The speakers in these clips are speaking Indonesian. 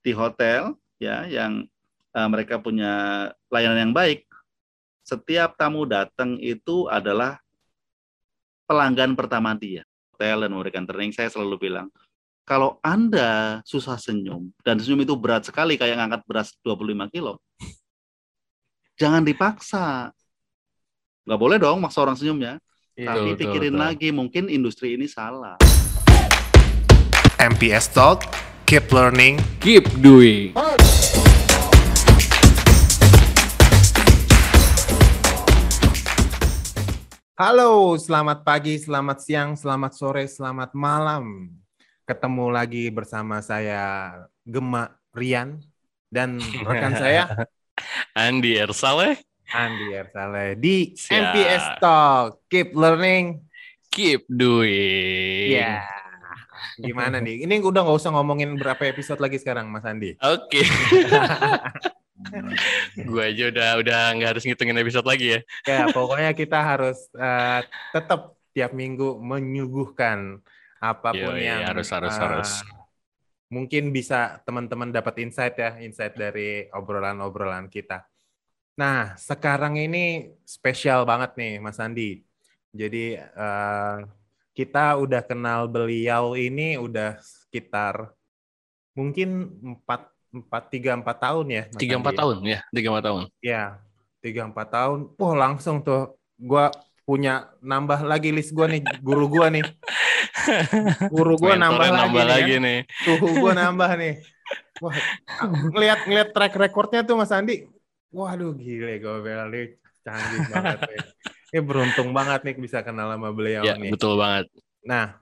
di hotel ya yang mereka punya layanan yang baik, setiap tamu datang itu adalah pelanggan pertama dia. Hotel dan memberikan training, saya selalu bilang, kalau Anda susah senyum, dan senyum itu berat sekali kayak ngangkat beras 25 kilo, jangan dipaksa. Nggak boleh dong maksa orang senyumnya. Iya. Tapi Betul, pikirin betul. lagi, mungkin industri ini salah. MPS Talk, keep learning. Keep doing. Halo, selamat pagi, selamat siang, selamat sore, selamat malam. Ketemu lagi bersama saya Gema Rian dan rekan saya Andi Ersaleh. Andi Ersaleh di Siap. MPS Talk, keep learning. Keep doing. Ya, gimana nih? Ini udah nggak usah ngomongin berapa episode lagi sekarang, Mas Andi. Oke. Gue aja udah nggak harus ngitungin episode lagi ya. Ya, pokoknya kita harus tetap tiap minggu menyuguhkan apapun Yoi, yang harus. mungkin bisa teman-teman dapat insight dari obrolan-obrolan kita. Nah, sekarang ini spesial banget nih, Mas Andi. Jadi kita udah kenal beliau ini udah sekitar mungkin 3-4 tahun ya, Mas 3-4 Andi. tahun ya, 3-4 tahun. Ya, 3-4 tahun. Wah, langsung tuh gue punya nambah lagi list gue nih, guru gue nih. Guru gue nambah lagi nih. Suhu gue nambah nih. Wah, ngeliat track recordnya tuh Mas Andi. Waduh, gile gue bilang nih, canggih banget nih. Ini beruntung banget nih bisa kenal sama beliau Ya, nih. betul banget. Nah,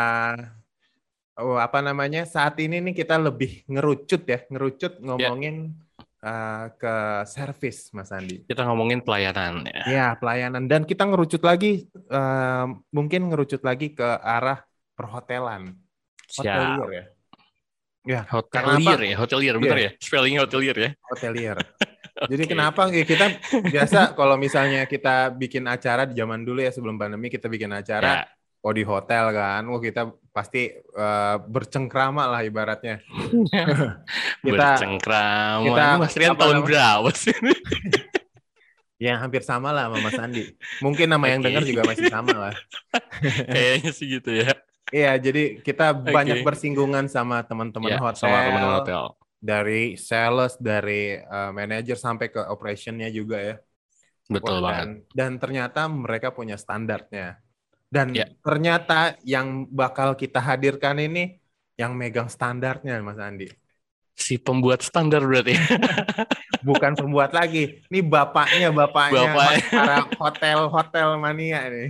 saat ini nih kita lebih ngerucut ngomongin ke service, Mas Andi. Kita ngomongin pelayanan ya. Ya, pelayanan. Dan kita ngerucut lagi, mungkin ngerucut lagi ke arah perhotelan. Hotelier ya. Ya, Hotelier, bener ya? Spellingnya hotelier ya? Hotelier. Jadi Okay. kenapa kita biasa kalau misalnya kita bikin acara di zaman dulu ya sebelum pandemi kita bikin acara di hotel kan, kita pasti bercengkrama lah ibaratnya. Bercengkrama. Kita Mas Rian tahun berapa sih? Ya hampir sama lah sama Mas Andi. Mungkin nama yang dengar juga masih sama lah. Kayaknya sih gitu ya. Iya, jadi kita banyak bersinggungan sama teman-teman hotel. Sama teman-teman hotel. Dari sales, dari manajer sampai ke operationnya juga ya. Betul banget. Dan ternyata mereka punya standarnya. Dan ternyata yang bakal kita hadirkan ini yang megang standarnya, Mas Andi. Si pembuat standar berarti. Bukan pembuat lagi. Ini bapaknya para hotel mania nih.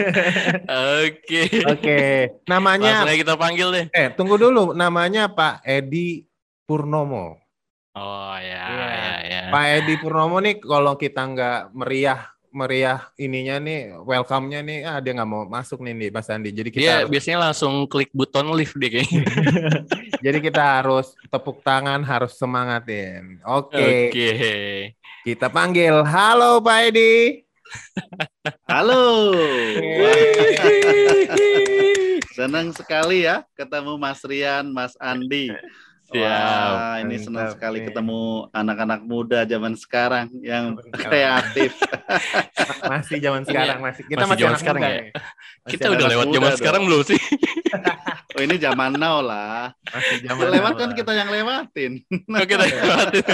Oke. Namanya langsung kita panggil deh. Tunggu dulu. Namanya Pak Edi Purnomo. Oh ya. Pak Edi Purnomo nih kalau kita nggak meriah ininya nih, welcome-nya nih, dia nggak mau masuk nih Mas Andi. Jadi kita biasanya langsung klik buton lift deh kayaknya. Jadi kita harus tepuk tangan, harus semangatin. Oke. Kita panggil. Halo Pak Edi. Halo. Senang sekali ya ketemu Mas Rian, Mas Andi. Wah, ini senang sekali ketemu anak-anak muda zaman sekarang yang kreatif. Masih zaman sekarang, kita masih zaman sekarang ya. Kita udah lewat zaman sekarang belum sih? Oh, ini zaman now lah. Masih zaman lewat kan kita yang lewatin. Kita lewatin.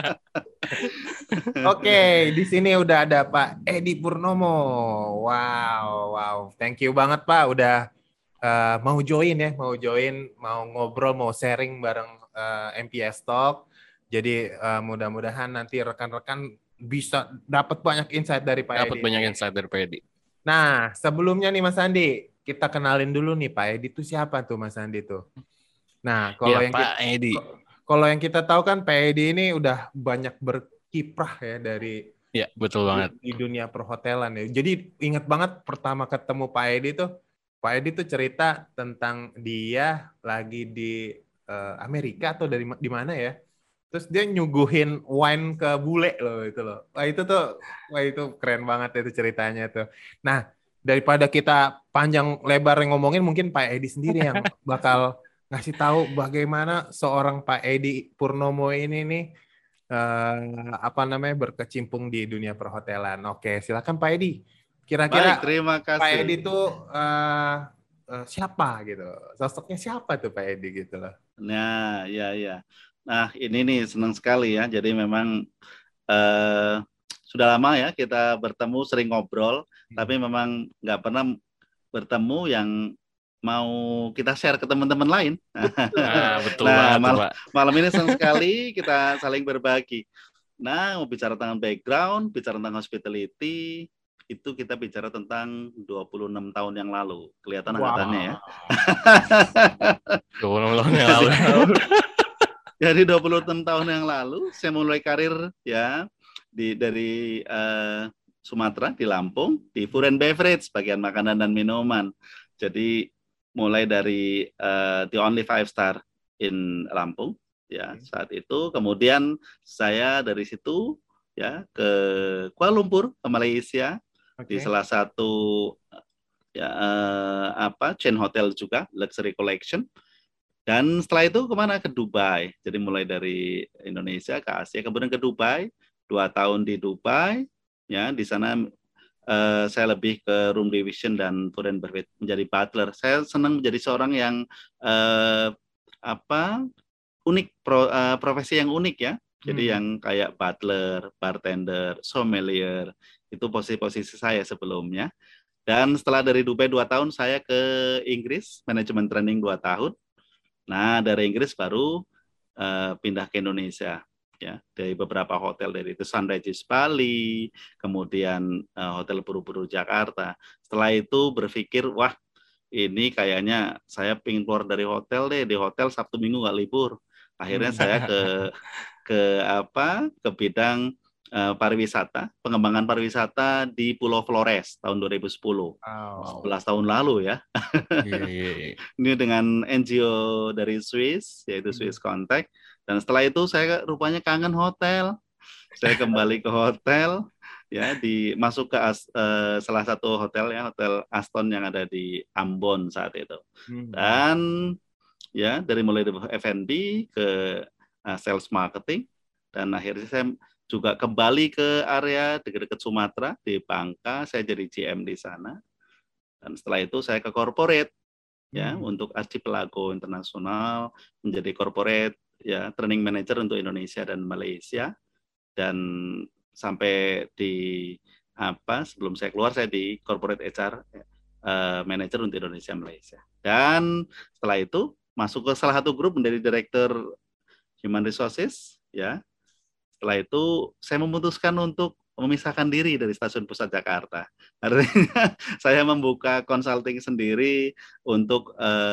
Oke, di sini udah ada Pak Edi Purnomo. Wow. Thank you banget Pak udah mau join, mau ngobrol, mau sharing bareng MPS Talk. Jadi mudah-mudahan nanti rekan-rekan bisa dapat banyak insight dari Pak Edi. Nah, sebelumnya nih Mas Andi, kita kenalin dulu nih Pak Edi itu siapa tuh Mas Andi tuh. Nah, kalau yang kita tahu kan Pak Edi ini udah banyak berkiprah ya dari betul banget di dunia perhotelan ya. Jadi ingat banget pertama ketemu Pak Edi tuh cerita tentang dia lagi di Amerika atau di mana ya. Terus dia nyuguhin wine ke bule loh itu loh. Wah itu keren banget itu ceritanya tuh. Nah, daripada kita panjang lebar ngomongin mungkin Pak Edi sendiri yang bakal ngasih tahu bagaimana seorang Pak Edi Purnomo ini nih berkecimpung di dunia perhotelan. Oke, silakan Pak Edi. Baik, Kira-kira terima Pak Edi kasih. itu siapa gitu? Sosoknya siapa tuh Pak Edi gitu loh? Nah, ya. Nah, ini nih senang sekali ya. Jadi memang eh, sudah lama ya kita bertemu, sering ngobrol, tapi memang nggak pernah bertemu yang mau kita share ke teman-teman lain. Nah, betul Nah, banget tuh, Pak. malam ini senang sekali kita saling berbagi. Nah, mau bicara tentang background, bicara tentang hospitality, itu kita bicara tentang 26 tahun yang lalu. Kelihatan angkatannya ya. Wow. 20 tahun yang lalu. Jadi 26 tahun yang lalu saya mulai karir ya dari Sumatera di Lampung di food and beverage bagian makanan dan minuman. Jadi mulai dari the only 5 star in Lampung ya saat itu. Kemudian saya dari situ ya ke Kuala Lumpur ke Malaysia di salah satu chain hotel juga Luxury Collection. Dan setelah itu kemana? Ke Dubai. Jadi mulai dari Indonesia ke Asia, kemudian ke Dubai. 2 tahun di Dubai. Ya, di sana saya lebih ke room division dan food and beverage, menjadi butler. Saya senang menjadi seorang yang unik, profesi yang unik ya. Jadi yang kayak butler, bartender, sommelier, itu posisi-posisi saya sebelumnya. Dan setelah dari Dubai 2 tahun, saya ke Inggris, manajemen training 2 tahun. Nah, dari Inggris baru pindah ke Indonesia ya, dari beberapa hotel, dari itu Sunrise Bali, kemudian Hotel Buru-Buru Jakarta. Setelah itu berpikir, wah ini kayaknya saya pengen keluar dari hotel deh, di hotel Sabtu Minggu nggak libur. Akhirnya saya ke bidang pariwisata, pengembangan pariwisata di Pulau Flores tahun 2010. 11 tahun lalu ya. Iya. Ini dengan NGO dari Swiss, yaitu Swiss Contact. Dan setelah itu saya rupanya kangen hotel. Saya kembali ke hotel, ya, masuk ke salah satu hotel ya, Hotel Aston yang ada di Ambon saat itu. Dan ya dari mulai dari F&B ke sales marketing, dan akhirnya saya juga kembali ke area dekat-dekat Sumatera di Bangka. Saya jadi GM di sana. Dan setelah itu saya ke corporate ya untuk Archipelago Internasional, menjadi corporate ya training manager untuk Indonesia dan Malaysia. Dan sampai di sebelum saya keluar saya di corporate HR manager untuk Indonesia Malaysia. Dan setelah itu masuk ke salah satu grup menjadi director human resources ya. Setelah itu saya memutuskan untuk memisahkan diri dari Stasiun Pusat Jakarta. Artinya saya membuka consulting sendiri untuk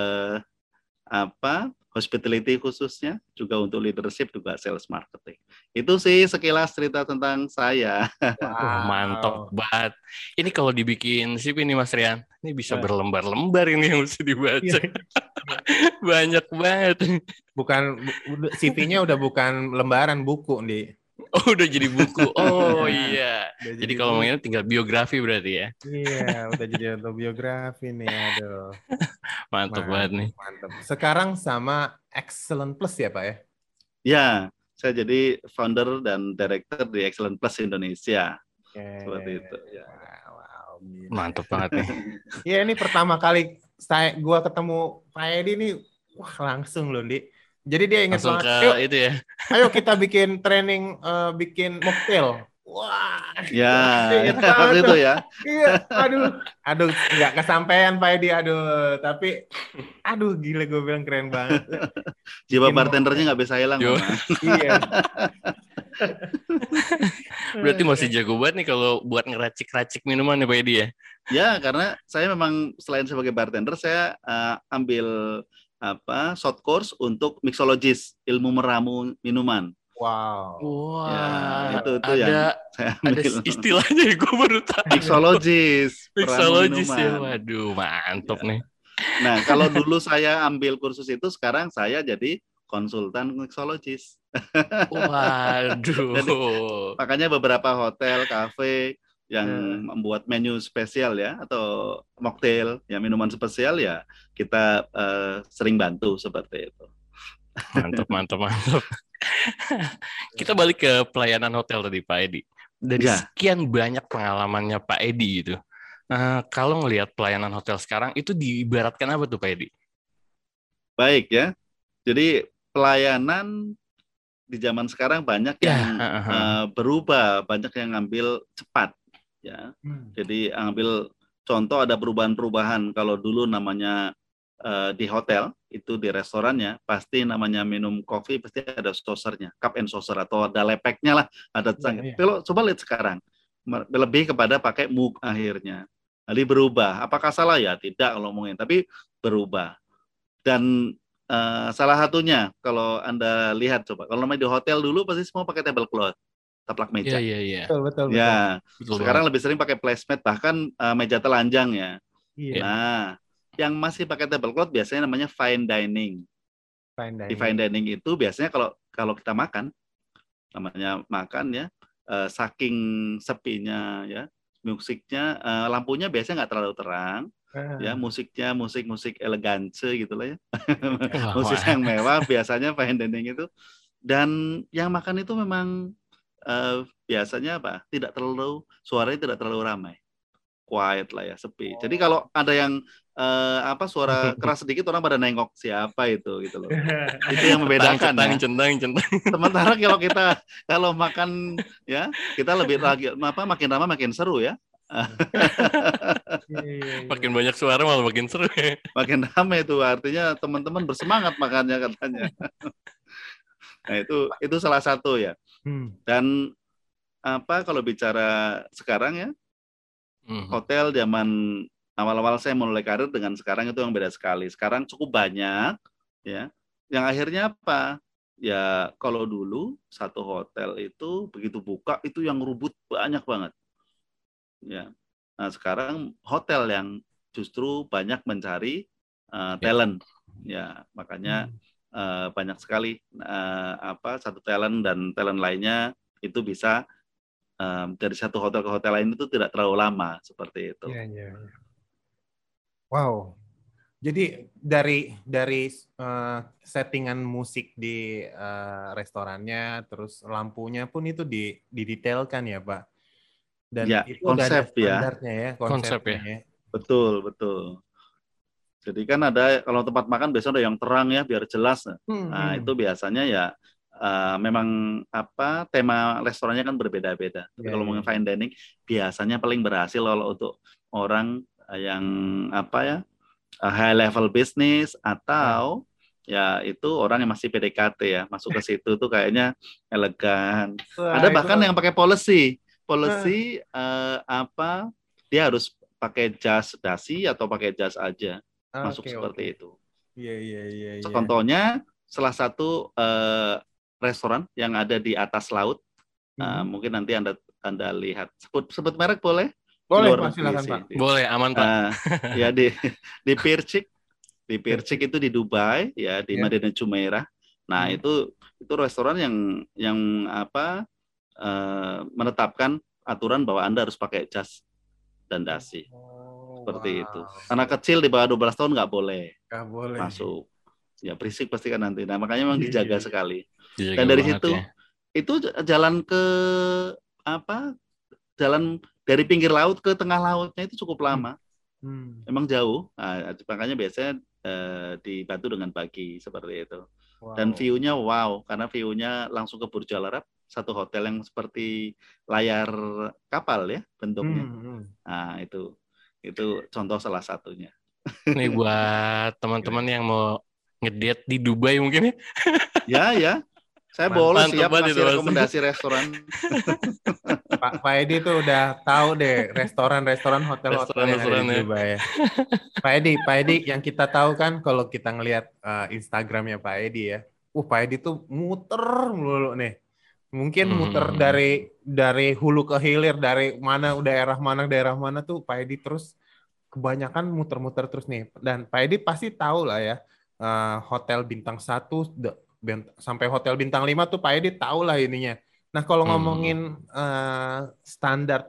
hospitality khususnya, juga untuk leadership, juga sales marketing. Itu sih sekilas cerita tentang saya. Mantap banget. Ini kalau dibikin sip ini Mas Rian, ini bisa berlembar-lembar ini yang mesti dibaca. Banyak banget. CV-nya udah bukan lembaran, buku nih. Oh, udah jadi buku. Oh iya. Jadi kalau mau ini tinggal biografi berarti ya. Iya, udah jadi autobiografi nih, aduh. Mantap banget nih. Mantap. Sekarang sama Excellent Plus ya, Pak ya? Ya, saya jadi founder dan director di Excellent Plus Indonesia. Seperti itu. Ya. Wow, mantap banget nih. Iya, ini pertama kali gua ketemu Pak Edi nih, wah langsung loh, Di. Jadi dia ingat Langsung banget. Ke itu ya. Ayo kita bikin training, bikin mocktail. Wah, ya waktu itu ya. Iya, aduh, nggak kesampaian Pak Edi, tapi, gila gue bilang keren banget. Jiwa bartendernya nggak bisa hilang. Iya. Berarti masih jago banget nih kalau buat ngeracik-racik minuman ya Pak Edi ya? Ya, karena saya memang selain sebagai bartender, saya ambil short course untuk mixologist, ilmu meramu minuman. Wow. Ya, itu yang saya ambil. Ada istilahnya gue baru tahu. Mixologist. Mixologist ya, waduh mantap nih. Nah, kalau dulu saya ambil kursus itu, sekarang saya jadi konsultan mixologist. Waduh. Jadi, makanya beberapa hotel, kafe yang membuat menu spesial ya, atau mocktail, ya minuman spesial ya, kita sering bantu seperti itu. Mantap, mantap, mantap. Kita balik ke pelayanan hotel tadi, Pak Edi. Dari Ya. sekian banyak pengalamannya Pak Edi gitu, kalau ngelihat pelayanan hotel sekarang itu diibaratkan apa tuh Pak Edi? Baik ya, jadi pelayanan di zaman sekarang banyak yang berubah, banyak yang ngambil cepat ya. Jadi ambil contoh, ada perubahan-perubahan. Kalau dulu namanya di hotel itu, di restorannya pasti namanya minum kopi pasti ada saucernya, cup and saucer, atau ada lepeknya lah, ada Kalau coba lihat sekarang lebih kepada pakai mug akhirnya. Jadi berubah. Apakah salah? Ya tidak kalau ngomongin, tapi berubah. Dan salah satunya kalau Anda lihat, coba kalau namanya di hotel dulu pasti semua pakai tablecloth, taplak meja. Iya. Betul. Ya, betul sekarang banget. lebih sering pakai placemat, bahkan meja telanjang ya. Iya. Nah, yang masih pakai tablecloth biasanya namanya fine dining. Di fine dining itu biasanya kalau kita makan, namanya makan ya, saking sepinya ya, musiknya, lampunya biasanya nggak terlalu terang. Ya, musiknya musik elegance gitu lah ya. Musik yang mewah biasanya fine dining itu. Dan yang makan itu memang biasanya apa? Suaranya tidak terlalu ramai. Quiet lah ya, sepi. Jadi kalau ada yang suara keras sedikit, orang pada nengok siapa itu gitu loh. Itu yang membedakan ya. Centang. Sementara kalau makan ya, kita lebih lagi makin lama makin seru ya. Makin banyak suara malah makin seru. Makin ramai itu, artinya teman-teman bersemangat makannya katanya. Nah, itu salah satu ya. Dan kalau bicara sekarang ya, hotel zaman awal-awal saya mulai karir dengan sekarang itu yang beda sekali. Sekarang cukup banyak ya. Yang akhirnya apa? Ya kalau dulu satu hotel itu begitu buka itu yang rubut banyak banget. Ya. Nah, sekarang hotel yang justru banyak mencari talent. Ya, makanya banyak sekali satu talent dan talent lainnya itu bisa dari satu hotel ke hotel lain itu tidak terlalu lama seperti itu. Iya. Wow. Jadi dari settingan musik di restorannya, terus lampunya pun itu didetailkan ya Pak. Dan ya, itu konsep udah ada standarnya ya, konsepnya ya. Betul. Jadi kan ada, kalau tempat makan biasanya ada yang terang ya biar jelas. Nah, itu biasanya ya memang tema restorannya kan berbeda-beda. Tapi kalau ngomongin fine dining biasanya paling berhasil kalau untuk orang yang high level business atau ya itu orang yang masih PDKT ya, masuk ke situ tuh kayaknya elegan. Ada bahkan yang pakai policy dia harus pakai jas dasi atau pakai jas aja masuk seperti itu. Iya. Contohnya salah satu restoran yang ada di atas laut, mungkin nanti anda lihat, sebut merek boleh? Boleh, silakan Pak. Boleh, aman Pak. Ya di Pircik itu di Dubai ya, di Madinah Jumeirah. Nah, itu restoran yang menetapkan aturan bahwa Anda harus pakai jas dan dasi. Seperti itu. Anak kecil di bawah 12 tahun nggak boleh masuk. Ya berisik pasti kan nanti. Nah, makanya memang dijaga sekali. Dan dari situ itu jalan ke jalan dari pinggir laut ke tengah lautnya itu cukup lama. Emang jauh. Nah, makanya biasanya dibantu dengan pagi seperti itu. Dan view-nya karena view-nya langsung ke Burj Al Arab, satu hotel yang seperti layar kapal ya bentuknya. Nah, itu contoh salah satunya. Nih buat teman-teman yang mau ngedate di Dubai mungkin ya. Ya. Saya boleh siap ngasih rekomendasi restoran. Pak Edi tuh udah tahu deh restoran hotel-hotel yang ada di Dubai ya. Pak Edi yang kita tahu kan kalau kita ngelihat Instagramnya Pak Edi ya. Pak Edi tuh muter mulu nih. Mungkin muter dari hulu ke hilir, dari daerah mana tuh Pak Edi terus kebanyakan muter-muter terus nih. Dan Pak Edi pasti tahu lah ya, hotel bintang 1 sampai hotel bintang 5 tuh Pak Edi tahu lah ininya. Nah, kalau ngomongin standar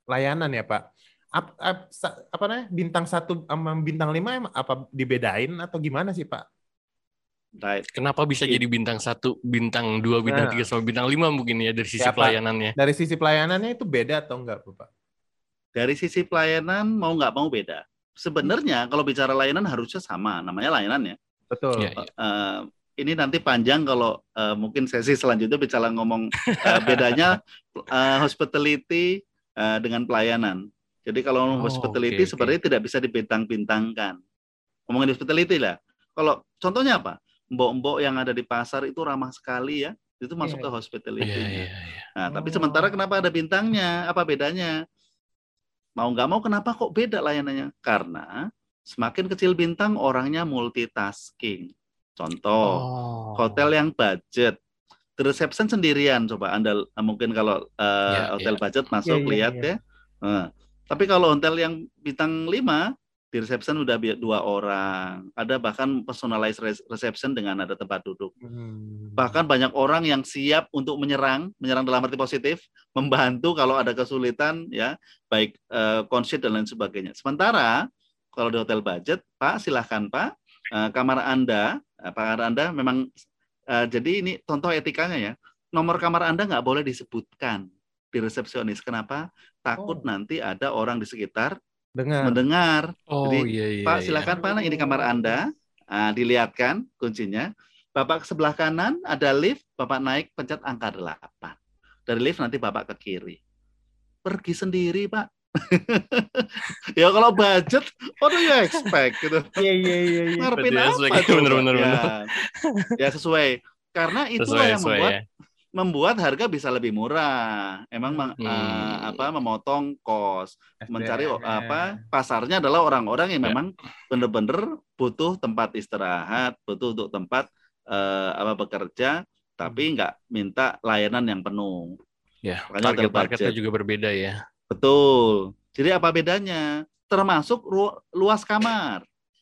layanan ya Pak. Apa namanya, bintang 1 sama bintang 5 emang apa dibedain atau gimana sih Pak? Right. Kenapa bisa jadi bintang 1, bintang 2, bintang 3 sama bintang 5 mungkin ya dari sisi Ya, Pak. pelayanannya? Dari sisi pelayanannya itu beda atau enggak Pak? Dari sisi pelayanan mau nggak mau beda. Sebenarnya kalau bicara layanan harusnya sama, namanya layanan ya. Betul. Ya, ya. Ini nanti panjang kalau mungkin sesi selanjutnya bicara ngomong bedanya hospitality dengan pelayanan. Jadi kalau hospitality sebenarnya tidak bisa dibintang-bintangkan. Ngomongin hospitality lah. Kalau contohnya apa? Mbok-mbok yang ada di pasar itu ramah sekali ya. Itu masuk ke hospitality-nya. Nah, tapi sementara kenapa ada bintangnya? Apa bedanya? Mau nggak mau kenapa kok beda layanannya? Karena semakin kecil bintang orangnya multitasking. Contoh, hotel yang budget, the reception sendirian. Coba Anda mungkin kalau hotel budget masuk lihat ya. Tapi kalau hotel yang bintang 5, di reception udah 2 orang. Ada bahkan personalized reception dengan ada tempat duduk. Bahkan banyak orang yang siap untuk menyerang dalam arti positif, membantu kalau ada kesulitan ya, baik concierge dan lain sebagainya. Sementara kalau di hotel budget, Pak silahkan Pak, kamar Anda memang jadi ini contoh etikanya ya. Nomor kamar Anda nggak boleh disebutkan di resepsionis. Kenapa? Takut nanti ada orang di sekitar mendengar. Jadi Pak silakan Pak, ini kamar Anda. Dilihatkan kuncinya. Bapak ke sebelah kanan ada lift, Bapak naik pencet angka 8. Dari lift nanti Bapak ke kiri. Pergi sendiri Pak. Ya kalau budget, what do you expect gitu. Iya. Ngarepin apa tuh? Ya sesuai. Karena itulah yang membuat harga bisa lebih murah. Emang memotong kos, mencari pasarnya adalah orang-orang yang memang benar-benar butuh tempat istirahat, butuh untuk tempat bekerja, tapi nggak minta layanan yang penuh. Ya, target-targetnya juga berbeda ya. Betul. Jadi apa bedanya? Termasuk luas kamar.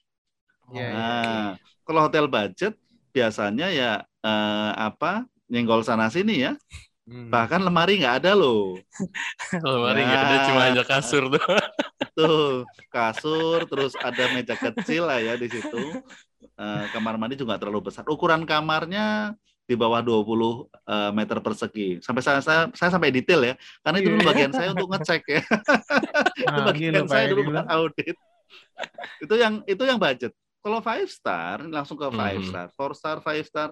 Kalau hotel budget biasanya ya nyenggol sana sini ya. Bahkan lemari nggak ada loh. Lemari nggak ada, cuma ada kasur tuh. Tuh, kasur, terus ada meja kecil lah ya di situ. Kamar mandi juga terlalu besar. Ukuran kamarnya di bawah 20 meter persegi. Sampai saya sampai detail ya. Karena itu dulu bagian saya untuk ngecek ya. Itu bagian saya dulu bukan audit. Itu yang budget. Kalau 5 star langsung ke 5 star, 4 star, 5 star.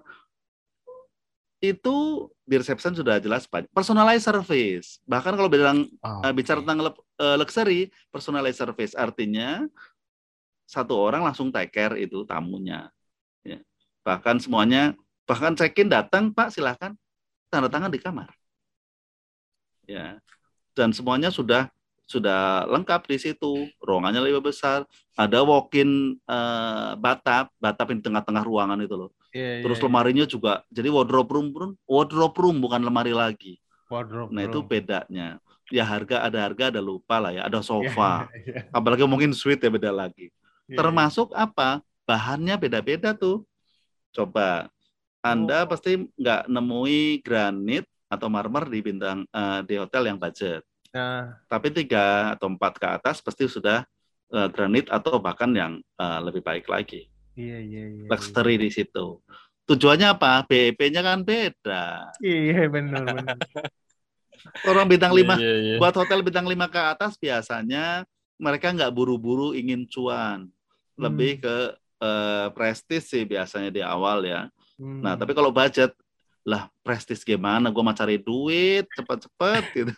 Itu di reception sudah jelas personalized service. Bahkan kalau bicara tentang luxury, personalized service artinya satu orang langsung take care itu tamunya. Ya. Bahkan check-in datang, Pak silakan tanda tangan di kamar. Ya. Dan semuanya sudah lengkap di situ. Ruangannya lebih besar, ada walk-in bathtub di tengah-tengah ruangan itu loh. Terus lemarinya juga, jadi wardrobe room bukan lemari lagi. Itu bedanya. Ya ada lupa lah ya, ada sofa. Apalagi mungkin suite ya beda lagi. Termasuk apa? Bahannya beda-beda tuh. Coba Anda pasti nggak nemui granit atau marmer di hotel yang budget. Tapi 3 atau 4 ke atas pasti sudah granit atau bahkan yang lebih baik lagi. Luxury di situ. Tujuannya apa? BEP-nya kan beda. Iya, benar. Orang bintang 5 buat hotel bintang 5 ke atas biasanya mereka nggak buru-buru ingin cuan. Lebih ke prestis sih biasanya di awal ya. Nah, tapi kalau budget lah prestis gimana? Gue mau cari duit cepet-cepet gitu.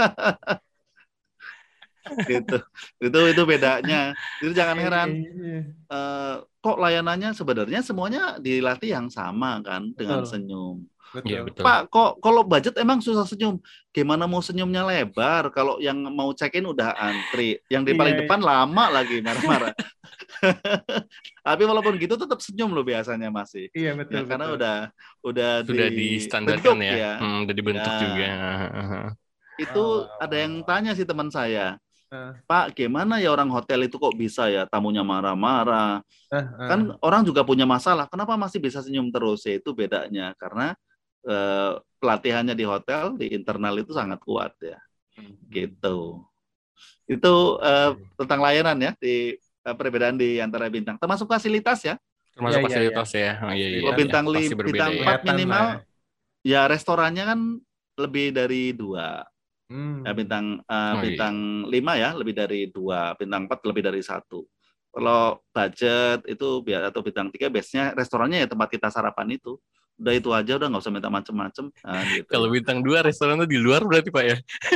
Itu bedanya. Jadi jangan heran kok layanannya sebenarnya semuanya dilatih yang sama kan dengan senyum. Betul. Pak, kok kalau budget emang susah senyum? Gimana mau senyumnya lebar kalau yang mau check-in udah antri, yang di paling depan lama lagi marah-marah. Tapi walaupun gitu tetap senyum loh biasanya masih. Iya betul. Ya, karena udah distandarkan ya. Udah dibentuk juga. Itu ada yang tanya sih teman saya. Pak, gimana ya orang hotel itu kok bisa ya tamunya marah-marah? Kan orang juga punya masalah. Kenapa masih bisa senyum terus? Ya, itu bedanya karena pelatihannya di hotel di internal itu sangat kuat ya. Gitu. Itu tentang layanan ya, di perbedaan di antara bintang. Termasuk fasilitas ya. Termasuk Iya, iya, fasilitas ya. Oh, iya, Kalau iya. bintang Pasti berbeda bintang ya. 4 Kelihatan minimal, lah ya restorannya kan lebih dari 2. Ya, bintang Oh, bintang iya. 5 ya lebih dari 2, bintang 4 lebih dari 1. Kalau budget itu biar atau bintang 3 biasanya restorannya ya tempat kita sarapan itu. Udah itu aja, udah nggak usah minta macem-macem. Nah, gitu Kalau ya. bintang 2 restorannya di luar berarti Pak ya?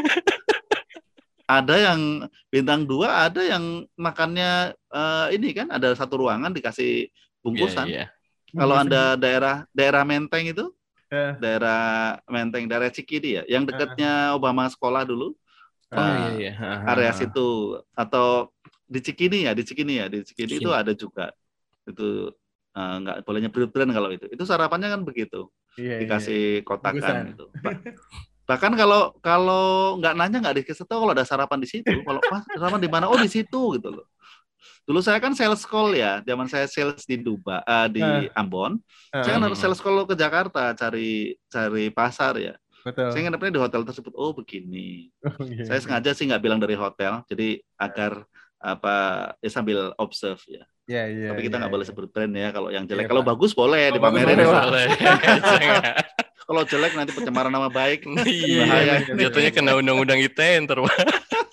Ada yang bintang 2, ada yang makannya ini kan ada satu ruangan dikasih Iya, bungkusan. iya. Kalau Bungkusan. Anda daerah Menteng itu, Eh, daerah Menteng, daerah Cikini ya, yang dekatnya Obama sekolah dulu, Oh, iya, nah, iya. area situ atau di Cikini itu Cikini. ada juga. Itu nggak boleh nyebut-nyebutan kalau itu. Itu sarapannya kan begitu, iya, iya. dikasih Bungkusan. kotakan gitu. Bahkan kalau nggak nanya nggak dikasih tahu kalau ada sarapan di situ. Kalau pas sarapan di mana? Oh di situ gitu loh. Dulu saya kan sales call ya, zaman saya sales di di Eh, Ambon, saya kan eh, harus sales call ke Jakarta cari pasar ya. Saya betul. nginepnya di hotel tersebut. Oh begini. Oh, iya, Saya iya. sengaja sih nggak bilang dari hotel, jadi agar apa ya sambil observe ya. Iya, iya, Tapi kita iya, nggak boleh iya. sebut brand ya kalau yang Iya, jelek. Kalau Pak. bagus boleh Oh, bagus dipamerin. boleh, Pak. Boleh. Jangan. Kalau jelek nanti pencemaran nama baik, Iya, iya, bahaya. benar, Jatuhnya benar. kena undang-undang ITE ntar Pak.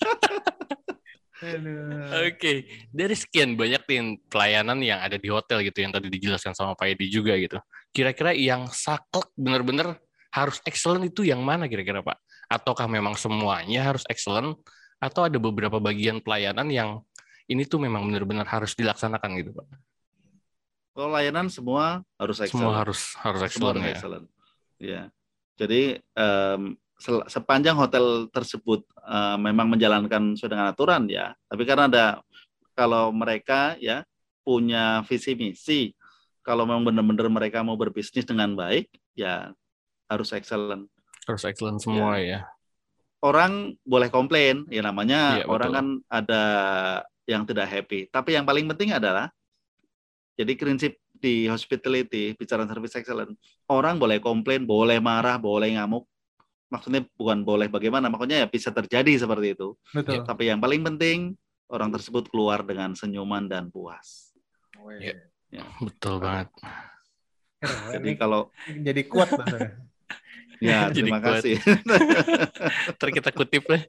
Aduh. Oke, dari sekian banyak nih pelayanan yang ada di hotel gitu yang tadi dijelaskan sama Pak Edi juga gitu. Kira-kira yang saklek bener-bener harus excellent itu yang mana kira-kira Pak? Ataukah memang semuanya harus excellent? Atau ada beberapa bagian pelayanan yang ini tuh memang benar-benar harus dilaksanakan gitu Pak? Kalau layanan semua harus Semua excellent. harus Semua excellent harus ya. excellent. Ya. Jadi sepanjang hotel tersebut memang menjalankan sesuai dengan aturan ya. Tapi karena kalau mereka ya punya visi misi, kalau memang benar-benar mereka mau berbisnis dengan baik, ya harus excellent. Harus excellent semua ya. Orang boleh komplain, ya namanya Iya, orang betul. kan ada yang tidak happy. Tapi yang paling penting adalah, jadi prinsip di hospitality, bicara service excellent, orang boleh komplain, boleh marah, boleh ngamuk. Maksudnya bukan boleh bagaimana, makanya ya bisa terjadi seperti itu. Betul. Tapi yang paling penting, orang tersebut keluar dengan senyuman dan puas. Iya. Ya. Betul banget. Keren. Jadi Ini kalau jadi kuat Mas. ya Jadi terima kuat. kasih. Ntar kita kutip lah.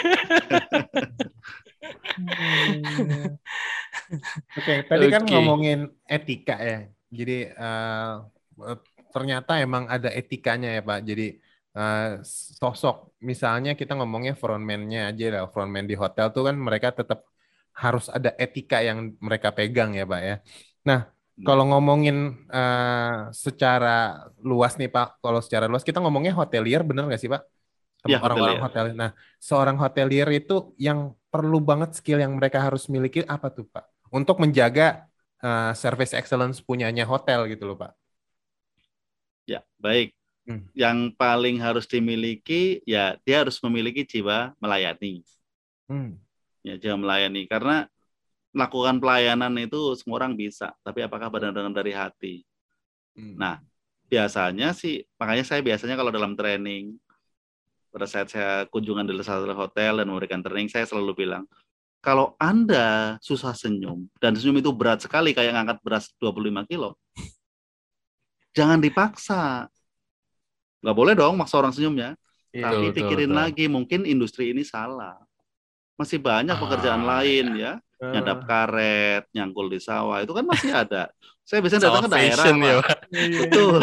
Oke, tadi kan Oke. ngomongin etika ya. Jadi ternyata emang ada etikanya ya Pak. Jadi sosok, misalnya kita ngomongnya frontman-nya aja lah. Frontman di hotel tuh kan mereka tetap harus ada etika yang mereka pegang ya Pak ya. Nah, kalau ngomongin secara luas nih Pak, kalau secara luas kita ngomongnya hotelier, bener nggak sih Pak? Ya, Orang-orang hotelier. hotel. Nah, seorang hotelier itu yang perlu banget skill yang mereka harus miliki apa tuh Pak? Untuk menjaga service excellence punyanya hotel gitu loh Pak. Ya, baik. Yang paling harus dimiliki, ya dia harus memiliki jiwa melayani. Ya, jiwa melayani. Karena melakukan pelayanan itu semua orang bisa, tapi apakah benar-benar dari hati? Nah, biasanya sih, makanya saya biasanya kalau dalam training, pada saat saya kunjungan di salah satu hotel dan memberikan training, saya selalu bilang, kalau Anda susah senyum, dan senyum itu berat sekali, kayak ngangkat beras 25 kilo, jangan dipaksa. Nggak boleh dong maksa orang senyumnya. Tapi pikirin lagi, mungkin industri ini salah. Masih banyak pekerjaan lain ya. Nyadap karet, nyangkul di sawah, itu kan masih ada. Saya biasanya datang ke daerah, fashion, Pak. Ya, Pak. Betul.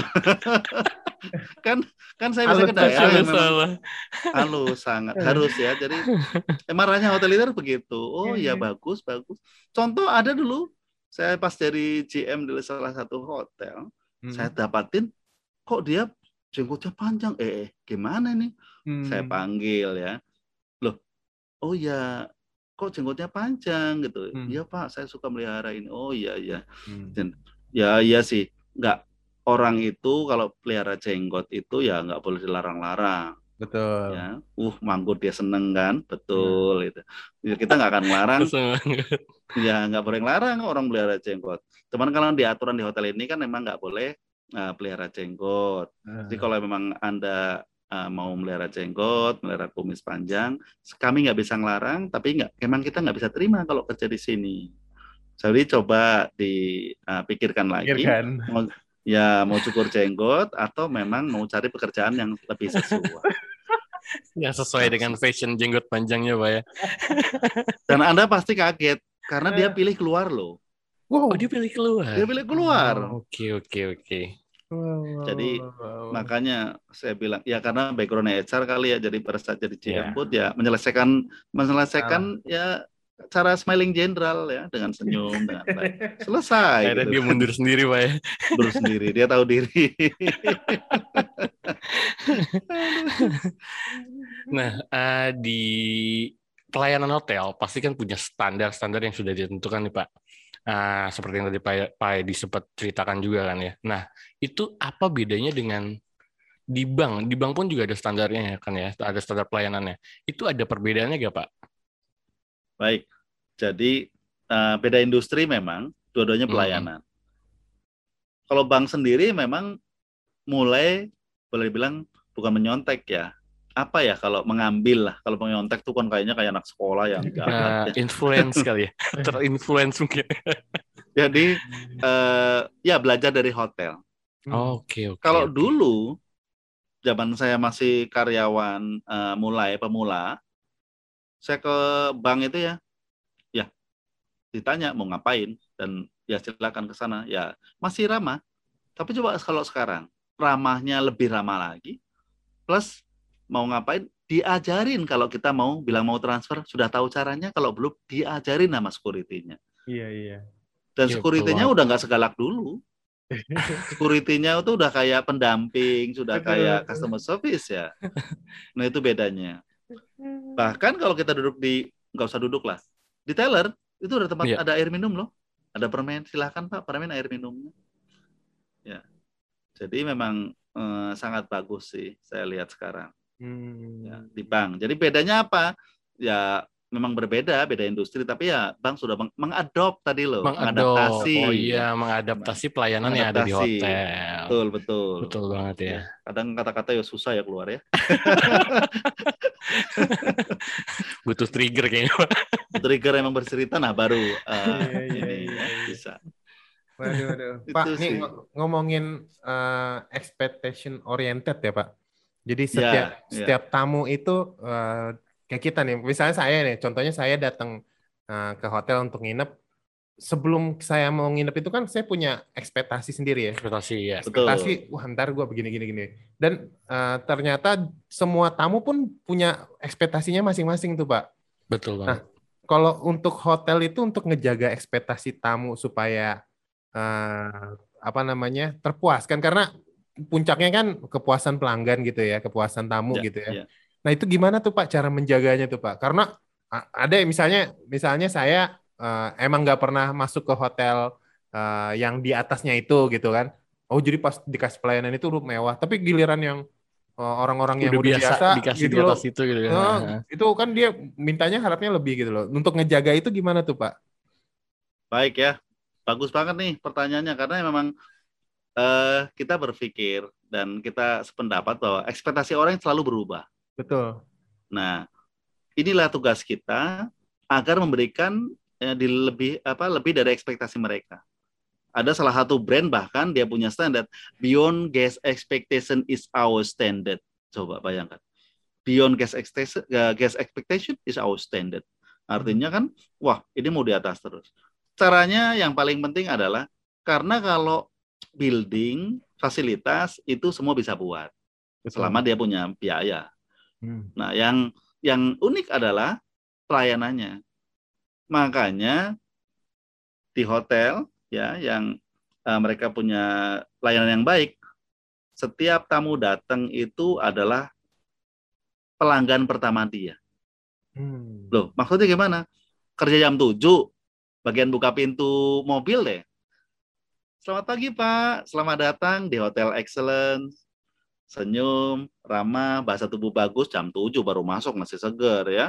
kan saya bisa ke daerah yang memang halus, sangat harus ya. Jadi marahnya hotelier begitu. Oh iya, bagus. Contoh ada dulu, saya pas dari GM di salah satu hotel, saya dapatin kok dia jenggotnya panjang. Gimana nih? Saya panggil ya. Loh, oh ya, kok jenggotnya panjang gitu? Iya Pak, saya suka melihara ini. Oh iya. Dan ya iya sih, nggak, orang itu kalau pelihara jenggot itu ya nggak boleh dilarang-larang. Betul. Ya, manggut dia seneng kan, betul itu. Ya, kita nggak akan melarang. Ya nggak boleh ngelarang orang pelihara jenggot. Cuman kalau di aturan di hotel ini kan memang nggak boleh pelihara jenggot. Jadi kalau memang Anda mau melihara jenggot, melihara kumis panjang, kami nggak bisa ngelarang, tapi emang kita nggak bisa terima kalau kerja di sini. Jadi coba dipikirkan lagi, Pikirkan. mau cukur jenggot atau memang mau cari pekerjaan yang lebih sesuai. Yang sesuai dengan fashion jenggot panjangnya, Pak ya. Dan Anda pasti kaget karena dia pilih keluar loh. Oh, dia pilih keluar. Dia pilih keluar. Oke. Jadi makanya saya bilang ya karena background HR kali ya, jadi pada saat jadi GM pun ya menyelesaikan ya cara smiling general ya dengan senyum dengan baik. Selesai. Akhirnya dia mundur sendiri, Pak ya. Mundur sendiri, dia tahu diri. Nah, di pelayanan hotel pasti kan punya standar-standar yang sudah ditentukan nih, Pak. Seperti yang tadi Pak Edi sempat ceritakan juga kan ya. Nah, itu apa bedanya dengan di bank? Di bank pun juga ada standarnya kan ya, ada standar pelayanannya. Itu ada perbedaannya nggak, Pak? Baik, jadi beda industri memang, dua-duanya pelayanan. Kalau bank sendiri memang mulai boleh dibilang bukan menyontek ya. Apa ya kalau mengambil lah, kalau menyontek tuh kan kayaknya kayak anak sekolah yang jahat. Influence kali ya, terinfluence mungkin. Jadi ya belajar dari hotel. Oke. Kalau dulu zaman saya masih karyawan pemula, saya ke bank itu ya ditanya mau ngapain dan ya silakan ke sana, ya masih ramah. Tapi coba kalau sekarang ramahnya lebih ramah lagi, plus mau ngapain diajarin. Kalau kita mau bilang mau transfer sudah tahu caranya, kalau belum diajarin sama security-nya. Iya. Dan security-nya udah nggak segalak dulu. Security-nya itu udah kayak pendamping, sudah kayak customer service ya. Nah itu bedanya. Bahkan kalau kita duduk nggak usah duduk lah, di teller itu ada tempat ada air minum loh, ada permen, silahkan Pak permen air minumnya. Ya, jadi memang sangat bagus sih saya lihat sekarang ya, di bank. Jadi bedanya apa? Ya memang beda industri, tapi ya bank sudah mengadop tadi loh, mengadaptasi. Oh iya, mengadaptasi pelayanan yang ada di hotel. Betul banget ya. Kadang kata-kata ya susah ya keluar ya. Butuh trigger kayaknya. Trigger emang bercerita, nah baru ini bisa. Waduh. Pak, ini ngomongin expectation oriented ya Pak. Jadi setiap tamu itu kayak kita nih, misalnya saya nih, contohnya saya datang ke hotel untuk nginep. Sebelum saya mau nginep itu kan saya punya ekspektasi sendiri ya. Ekspektasi, wah ntar gue begini. Dan ternyata semua tamu pun punya ekspektasinya masing-masing tuh Pak. Betul banget. Nah, kalau untuk hotel itu untuk ngejaga ekspektasi tamu supaya terpuaskan, karena puncaknya kan kepuasan pelanggan gitu ya, kepuasan tamu gitu ya. Nah itu gimana tuh Pak cara menjaganya tuh Pak? Karena ada misalnya saya emang nggak pernah masuk ke hotel yang di atasnya itu gitu kan. Oh jadi pas dikasih pelayanan itu mewah, tapi giliran yang orang-orang yang udah biasa dikasih gitu di atas loh, itu gitu. Itu kan dia mintanya harapnya lebih gitu loh. Untuk ngejaga itu gimana tuh Pak? Baik ya. Bagus banget nih pertanyaannya, karena memang kita berpikir dan kita sependapat bahwa ekspektasi orang selalu berubah. Betul. Nah, inilah tugas kita agar memberikan lebih dari ekspektasi mereka. Ada salah satu brand bahkan dia punya standar, beyond guest expectation is our standard. Coba bayangkan. Beyond guest expectation is our standard. Artinya kan, wah ini mau di atas terus. Caranya yang paling penting adalah, karena kalau building, fasilitas, itu semua bisa buat. Selama dia punya biaya. Nah, yang unik adalah pelayanannya. Makanya di hotel, ya, yang mereka punya pelayanan yang baik, setiap tamu datang itu adalah pelanggan pertama dia. Loh, maksudnya gimana? Kerja jam 7, bagian buka pintu mobil deh. Selamat pagi Pak, selamat datang di Hotel Excellence. Senyum, ramah, bahasa tubuh bagus, jam 7 baru masuk, masih seger ya.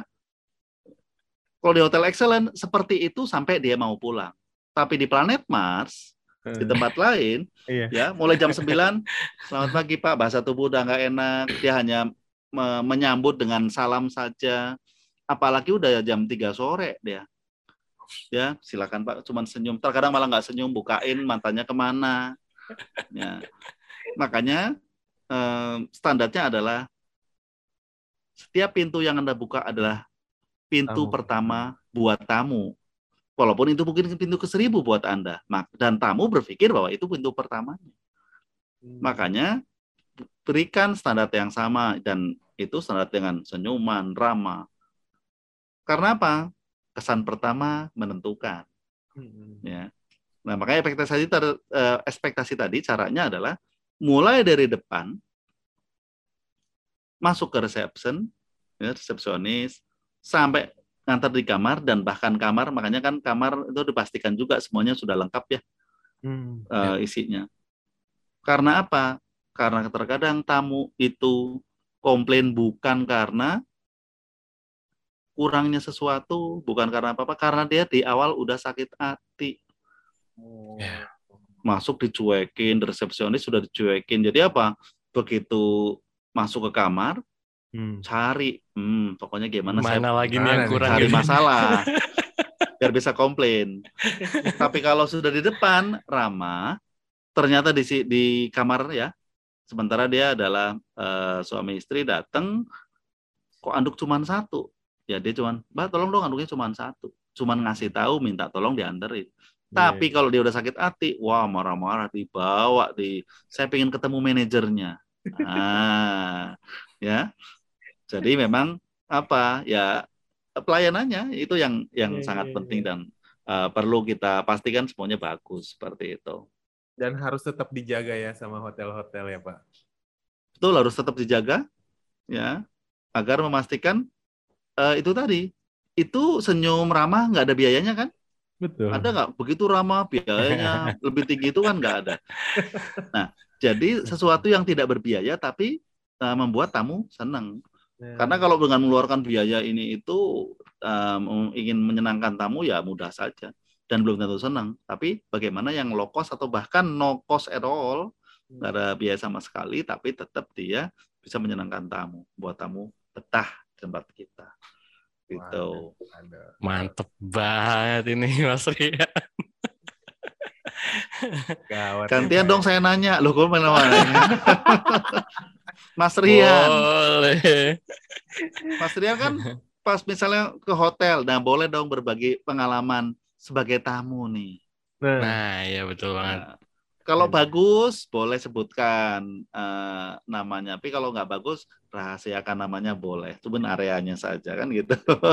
Kalau di Hotel Excellence seperti itu sampai dia mau pulang. Tapi di Planet Mars, Di tempat lain, Iya. ya mulai jam 9, selamat pagi Pak, bahasa tubuh udah nggak enak, dia hanya menyambut dengan salam saja, apalagi udah jam 3 sore dia. Ya, silakan Pak, cuman senyum. Terkadang malah nggak senyum, bukain matanya kemana. Ya, makanya standarnya adalah setiap pintu yang Anda buka adalah pintu Tamu. pertama buat tamu. Walaupun itu mungkin pintu ke-1000 buat Anda. Dan tamu berpikir bahwa itu pintu pertamanya. Makanya berikan standar yang sama, dan itu standar dengan senyuman, ramah. Karena apa? Kesan pertama menentukan. Ya. Nah, makanya ekspektasi tadi caranya adalah mulai dari depan, masuk ke resepsionis, sampai ngantar di kamar, dan bahkan kamar, makanya kan kamar itu dipastikan juga semuanya sudah lengkap ya isinya. Karena apa? Karena terkadang tamu itu komplain bukan karena kurangnya sesuatu, bukan karena apa-apa, karena dia di awal udah sakit hati. Masuk dicuekin, resepsionis sudah dicuekin. Jadi apa? Begitu masuk ke kamar, cari, pokoknya gimana lagi nih yang kurang cari gitu. masalah biar bisa komplain. Tapi kalau sudah di depan ramah, ternyata di kamar ya, sementara dia adalah suami istri datang, kok anduk cuma satu, ya dia cuman, Mbak tolong dong anduknya cuma satu, cuman ngasih tahu minta tolong dianterin. Tapi kalau dia udah sakit hati, wah marah-marah, dibawa saya pengen ketemu manajernya. Ya. Jadi memang apa ya, pelayanannya itu yang sangat penting, dan perlu kita pastikan semuanya bagus seperti itu. Dan harus tetap dijaga ya sama hotel-hotel ya Pak. Betul, harus tetap dijaga ya, agar memastikan itu tadi, itu senyum ramah nggak ada biayanya kan? Betul. Ada nggak begitu ramah biayanya lebih tinggi, itu kan nggak ada. Nah, jadi sesuatu yang tidak berbiaya tapi membuat tamu senang. Karena kalau dengan mengeluarkan biaya ini itu ingin menyenangkan tamu ya mudah saja, dan belum tentu senang. Tapi bagaimana yang low cost atau bahkan no cost at all, nggak ada biaya sama sekali, tapi tetap dia bisa menyenangkan tamu, buat tamu betah di tempat kita. Gitu. Mantep banget ini Mas Rian. Gantian dong saya nanya, loh kok mana-mana. Mas Rian. Boleh. Mas Rian kan pas misalnya ke hotel, nah boleh dong berbagi pengalaman sebagai tamu nih. Nah, ya betul banget. Kalau bagus, boleh sebutkan namanya. Tapi kalau nggak bagus, rahasiakan namanya boleh. Cuman areanya saja kan gitu.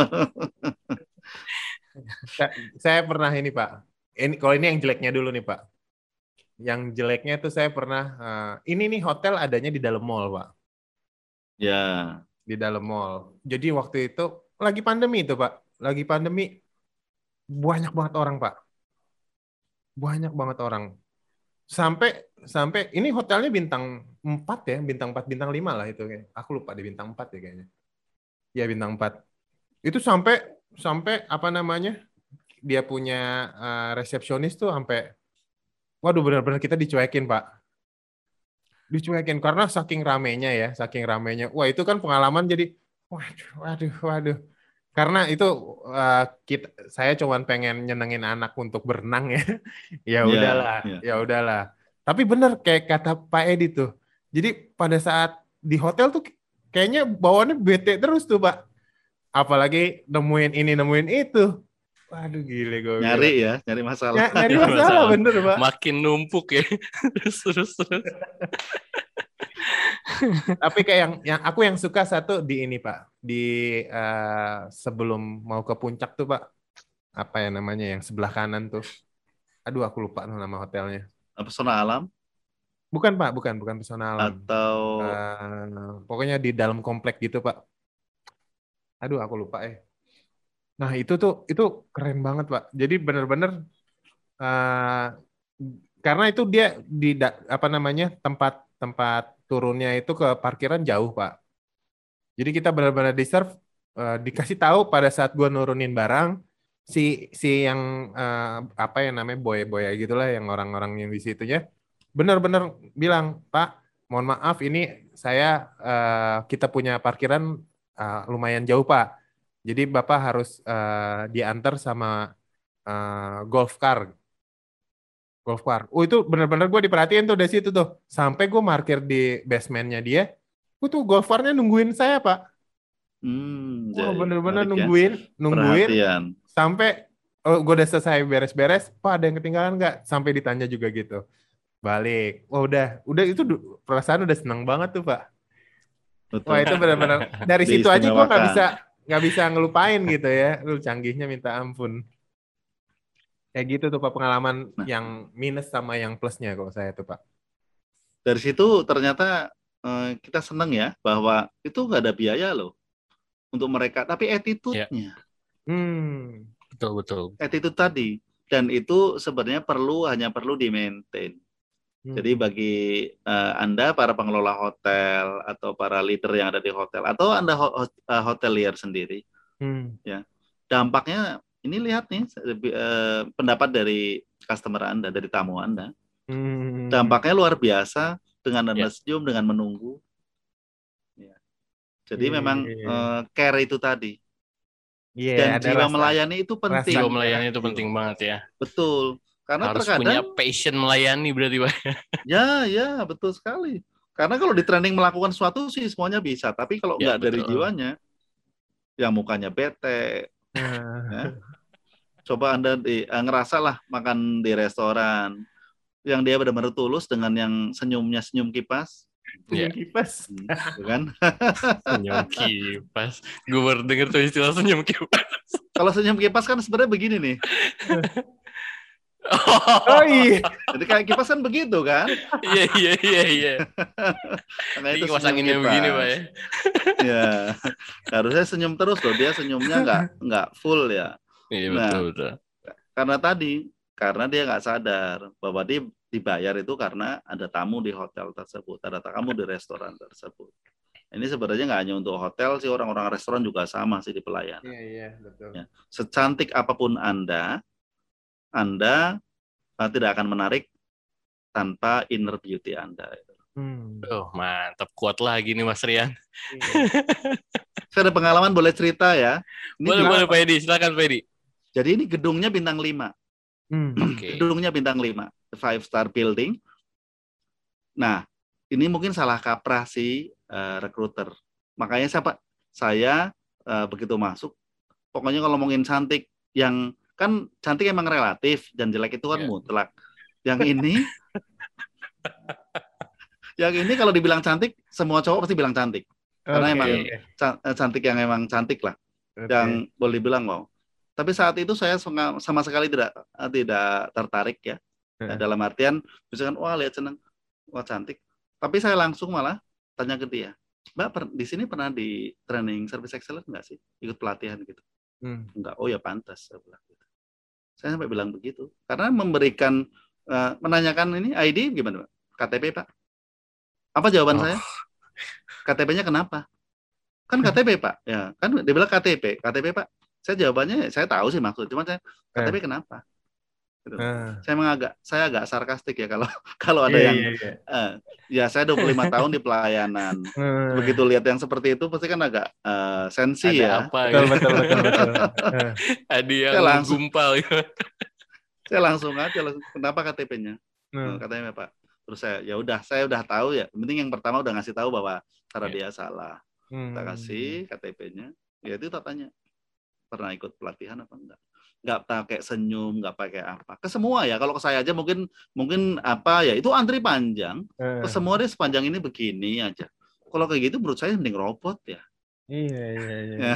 Saya pernah ini Pak. Kalau ini yang jeleknya dulu nih Pak. Yang jeleknya itu saya pernah, ini nih hotel adanya di dalam mall Pak. Ya. Di dalam mall. Jadi waktu itu lagi pandemi itu Pak. Lagi pandemi, banyak banget orang Pak. Banyak banget orang. Sampai ini hotelnya bintang 4 ya, bintang 4, bintang 5 lah itu. Aku lupa di bintang 4 ya kayaknya. Ya bintang 4. Itu sampai apa namanya? Dia punya resepsionis tuh sampai, waduh benar-benar kita dicuekin Pak. Dicuekin karena saking ramenya ya, saking ramenya. Wah itu kan pengalaman jadi, waduh. Karena itu saya cuman pengen nyenengin anak untuk berenang ya. Ya udahlah. Tapi bener kayak kata Pak Edi tuh. Jadi pada saat di hotel tuh kayaknya bawaannya bete terus tuh Pak. Apalagi nemuin ini nemuin itu. Waduh gile gue. Nyari masalah. Nyari masalah bener Pak. Makin numpuk ya. terus. Tapi kayak yang suka satu di ini Pak, di sebelum mau ke puncak tuh Pak, apa ya namanya yang sebelah kanan tuh, aduh aku lupa nama hotelnya. Pesona Alam? Bukan Pak, bukan Pesona Alam. Atau pokoknya di dalam komplek gitu Pak. Aduh aku lupa Nah itu keren banget Pak. Jadi benar-benar karena itu dia di apa namanya tempat turunnya itu ke parkiran jauh Pak. Jadi kita benar-benar dikasih tahu pada saat gua nurunin barang, si yang apa yang namanya boy gitulah, yang orang-orang yang di situnya benar-benar bilang, Pak, mohon maaf ini kita punya parkiran lumayan jauh, Pak. Jadi Bapak harus diantar sama golf car. Itu benar-benar gue diperhatiin tuh dari situ tuh. Sampai gue parkir di basementnya dia, tuh golf car-nya nungguin saya, Pak. Wah, Jadi bener-bener menarik ya. nungguin Perhatian. sampai gue udah selesai beres-beres, Pak ada yang ketinggalan nggak? Sampai ditanya juga gitu. Balik. Wah, udah itu perasaan udah senang banget tuh, Pak. Betul. Wah, itu benar-benar dari situ aja gue Diistimewakan. nggak bisa ngelupain gitu ya. Lu canggihnya minta ampun. Kayak gitu tuh Pak, pengalaman Nah, yang minus sama yang plusnya kalau saya tuh, Pak. dari situ ternyata kita senang ya bahwa itu nggak ada biaya loh untuk mereka, tapi attitude-nya, Betul. attitude tadi, dan itu sebenarnya hanya perlu di-maintain. Jadi bagi Anda para pengelola hotel atau para leader yang ada di hotel atau Anda hotelier sendiri, ya dampaknya ini lihat nih pendapat dari customer Anda, dari tamu Anda, dampaknya luar biasa dengan Anda senyum, dengan menunggu. Ya. Jadi memang care itu tadi. Dan jiwa melayani itu penting. Jiwa melayani itu penting banget ya. Betul. Karena harus terkadang punya passion melayani berarti, Pak. Ya, betul sekali. Karena kalau di training melakukan sesuatu sih semuanya bisa, tapi kalau nggak dari jiwanya, yang mukanya bete, ya. Coba Anda ngerasa lah makan di restoran, yang dia benar-benar tulus dengan yang senyumnya senyum kipas. Senyum kipas. Kan? Senyum kipas. Gue baru denger tuh istilah senyum kipas. Kalau senyum kipas kan sebenarnya begini nih. Oh iya. Jadi kayak kipas kan begitu kan? Iya. Nah, itu kipas anginnya begini, Pak ya. Ya, harusnya senyum terus loh. Dia senyumnya nggak full ya. Iya, betul. Karena dia nggak sadar bahwa dia dibayar itu karena ada tamu di hotel tersebut, ada tamu di restoran tersebut. Ini sebenarnya nggak hanya untuk hotel sih, orang-orang restoran juga sama sih di pelayanan. Iya, betul. Ya. Secantik apapun Anda tidak akan menarik tanpa inner beauty Anda. Mantap, kuat lagi nih Mas Rian. Saya ada pengalaman, boleh cerita ya? Ini boleh Pak Edi, silakan Pak Edi. Jadi ini gedungnya bintang 5. Gedungnya bintang 5, 5-star building. Nah, ini mungkin salah kaprah si recruiter. Makanya saya begitu masuk, pokoknya kalau ngomongin cantik, yang kan cantik emang relatif dan jelek itu kan mutlak. Yang ini kalau dibilang cantik, semua cowok pasti bilang cantik. Karena emang cantik yang emang cantik lah. Yang boleh bilang wow. Tapi saat itu saya sama sekali tidak tertarik ya. Dalam artian misalkan wah lihat senang, wah cantik. Tapi saya langsung malah tanya ke dia, Mbak di sini pernah di training service excellence nggak sih? Ikut pelatihan gitu? Enggak. Oh ya pantas. Saya sampai bilang begitu. Karena memberikan menanyakan ini ID gimana Pak? KTP Pak? Apa jawaban saya? KTP-nya kenapa? Kan KTP Pak. Ya, kan dia bilang KTP Pak. Saya jawabannya saya tahu sih maksud, cuma saya KTP kenapa? Gitu. Saya agak sarkastik ya kalau ada yang ya saya 25 tahun di pelayanan. Begitu lihat yang seperti itu pasti kan agak sensi ada ya. Betul. Ada yang gumpal. Saya langsung kenapa KTP-nya? Katanya Pak. Terus saya udah tahu ya. Penting yang pertama udah ngasih tahu bahwa cara dia salah. Kita kasih KTP-nya. Ya itu tak tanya. Pernah ikut pelatihan apa enggak? Nggak pakai senyum, nggak pakai apa. Ke semua ya. Kalau ke saya aja mungkin apa ya, itu antri panjang. Ke semua dia sepanjang ini begini aja. Kalau kayak gitu menurut saya mending robot ya. Iya.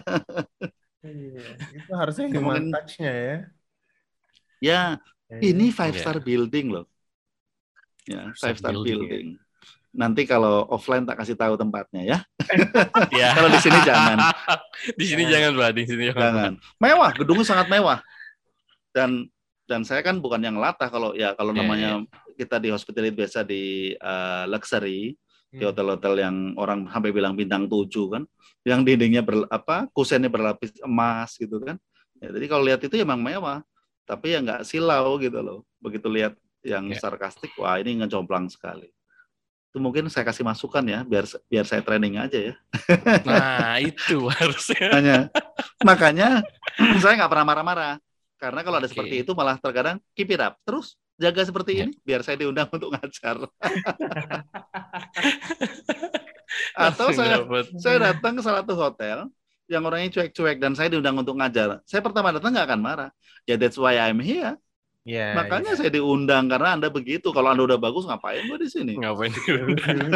Itu harusnya human touch-nya ya. Ya, ini 5-star building loh. Ya, 5-star building. Nanti kalau offline tak kasih tahu tempatnya ya. Kalau di sini jangan. Di sini jangan Pak, di sini jangan. Mewah, gedungnya sangat mewah. Dan saya kan bukan yang latah kalau namanya kita di hospitality biasa di luxury, di hotel-hotel yang orang sampai bilang bintang 7 kan, yang dindingnya kusennya berlapis emas gitu kan. Ya, jadi kalau lihat itu emang mewah, tapi ya nggak silau gitu loh. Begitu lihat yang Ya. sarkastik, wah ini ngejomplang sekali. Itu mungkin saya kasih masukan ya, biar saya training aja ya. Nah, itu harusnya. Makanya saya nggak pernah marah-marah. Karena kalau ada Oke. seperti itu malah terkadang keep it up. Terus jaga seperti Ya. ini, biar saya diundang untuk ngajar. Atau Langsung dapat. saya datang ke salah satu hotel yang orangnya cuek-cuek dan saya diundang untuk ngajar. Saya pertama datang nggak akan marah. Ya that's why I'm here. Ya, Makanya ya. saya diundang karena Anda begitu. Kalau Anda udah bagus, ngapain gue di sini? Ngapain diundang?